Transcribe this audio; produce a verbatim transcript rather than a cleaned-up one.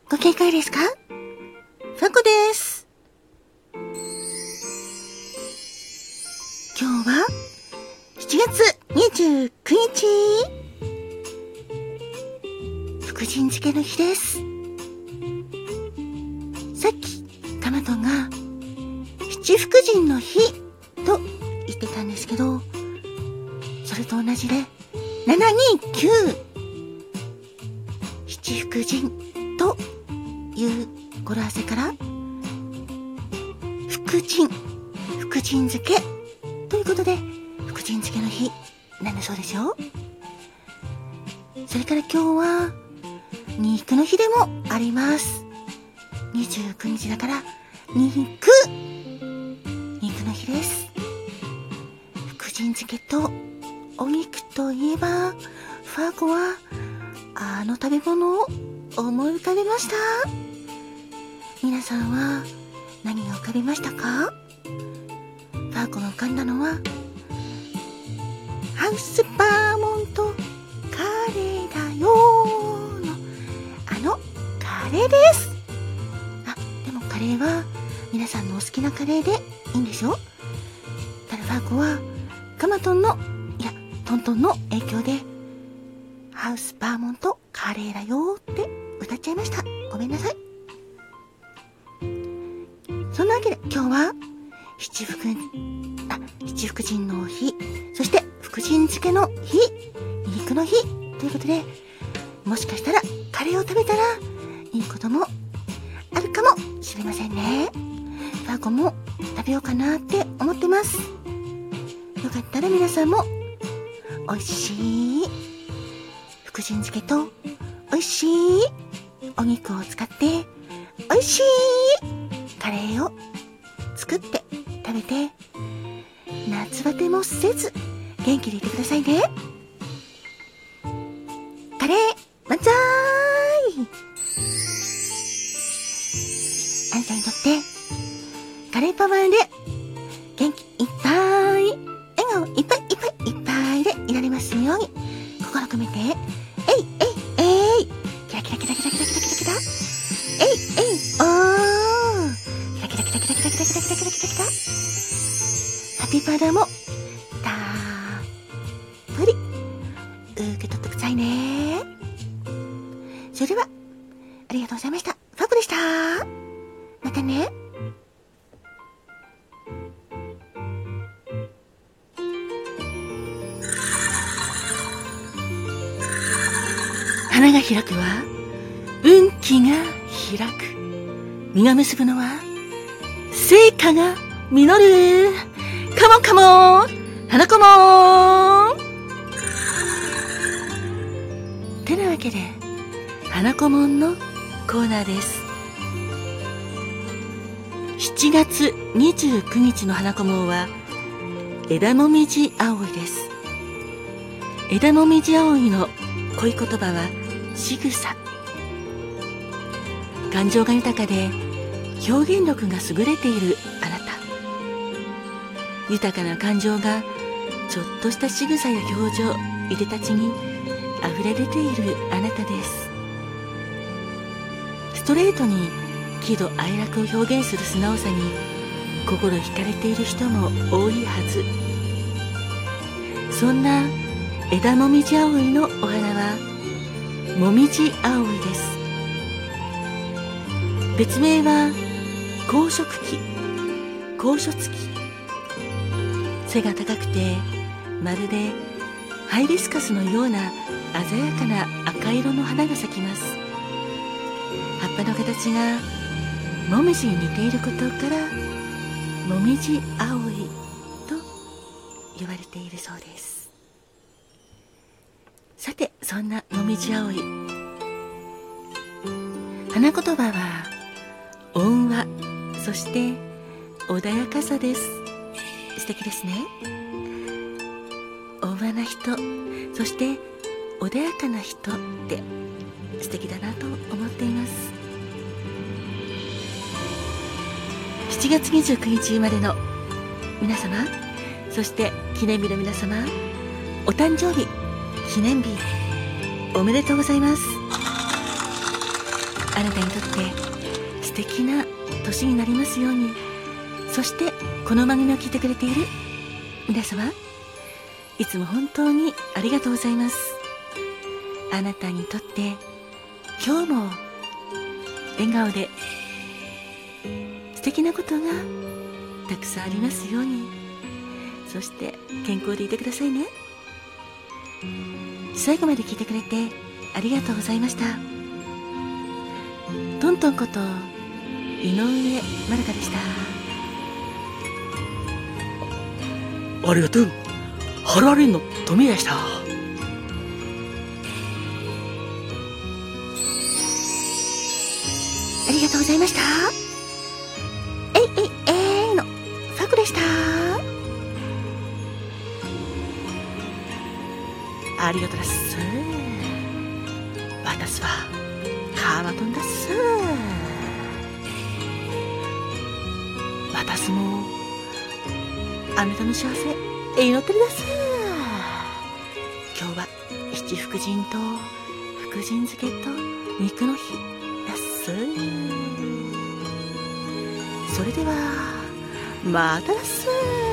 ご見解ですか？ファコです。今日はしちがつにじゅうくにち、福神漬けの日です。さっきカマトンが七福神の日と言ってたんですけど、それと同じでななにきゅう、七福神という語呂合わせから福神、福神漬けということで福神漬けの日なんだそうですよ。それから今日は肉の日でもあります。にじゅうくにちだから肉肉の日です。福神漬けとお肉といえば、ファーコはあの食べ物を思い浮かべました。皆さんは何が浮かびましたか？ファーコが浮かんだのはハウスバーモントカレーだよのあのカレーです。あ、でもカレーは皆さんのお好きなカレーでいいんですよ。ただファーコはカマトンのいやトントンの影響でハウスバーモントカレーだよって歌っちゃいました。ごめんなさい。そんなわけで今日は七福あ七福神の日、そして福神漬けの日、肉の日ということで、もしかしたらカレーを食べたらいいこともあるかもしれませんね。ファーコも食べようかなって思ってます。よかったら皆さんも美味しい福神漬けと美味しいお肉を使って美味しいカレーを作って食べて、夏バテもせず元気でいてくださいね。カレー万歳。あんたにとってカレーパワーで元気いっぱい、笑顔いっぱいいっぱいいっぱいでいられますように、心込めてえいえいえい、キラキラキラキラキラキラキラキラ、えいえいおー、キラキラキラキラキラキラキラキラキラキラキラ、ハピパダもたっぷり受け取ってくださいね。それではありがとうございました。ファコでした。またね。花が開くは運気が開く、実が結ぶのは成果が実る。カモンカモン花子もんてなわけで花子もんのコーナーです。しちがつにじゅうくにちの花子もんは枝もみじ葵です。枝もみじ葵の恋言葉は仕草。感情が豊かで表現力が優れているあなた。豊かな感情がちょっとした仕草や表情、いでたちに溢れ出ているあなたです。ストレートに喜怒哀楽を表現する素直さに心惹かれている人も多いはず。そんな枝もみじ葵のお花はもみじ葵です。別名は光色期、光初月。背が高くてまるでハイビスカスのような鮮やかな赤色の花が咲きます。葉っぱの形がもみじに似ていることからもみじ葵と言われているそうです。さて、そんなもみじ葵、花言葉は温和、そして穏やかさです。素敵ですね。温和な人、そして穏やかな人って素敵だなと思っています。しちがつにじゅうくにち生まれの皆様、そして記念日の皆様、お誕生日、記念日おめでとうございます。 あなたにとって素敵な年になりますように。そしてこの番組を聞いてくれている皆様、いつも本当にありがとうございます。あなたにとって今日も笑顔で素敵なことがたくさんありますように。そして健康でいてくださいね。最後まで聞いてくれてありがとうございました。トントンこと井上まるかでした。 ありがとう。ハロアリンのトミヤでした。 ありがとうございました。えいえいえいのさくでした。ありがとうです。私はカーマトンです。私もあなたの幸せ祈ってるです。今日は七福神と福神漬けと肉の日です。それではまたです。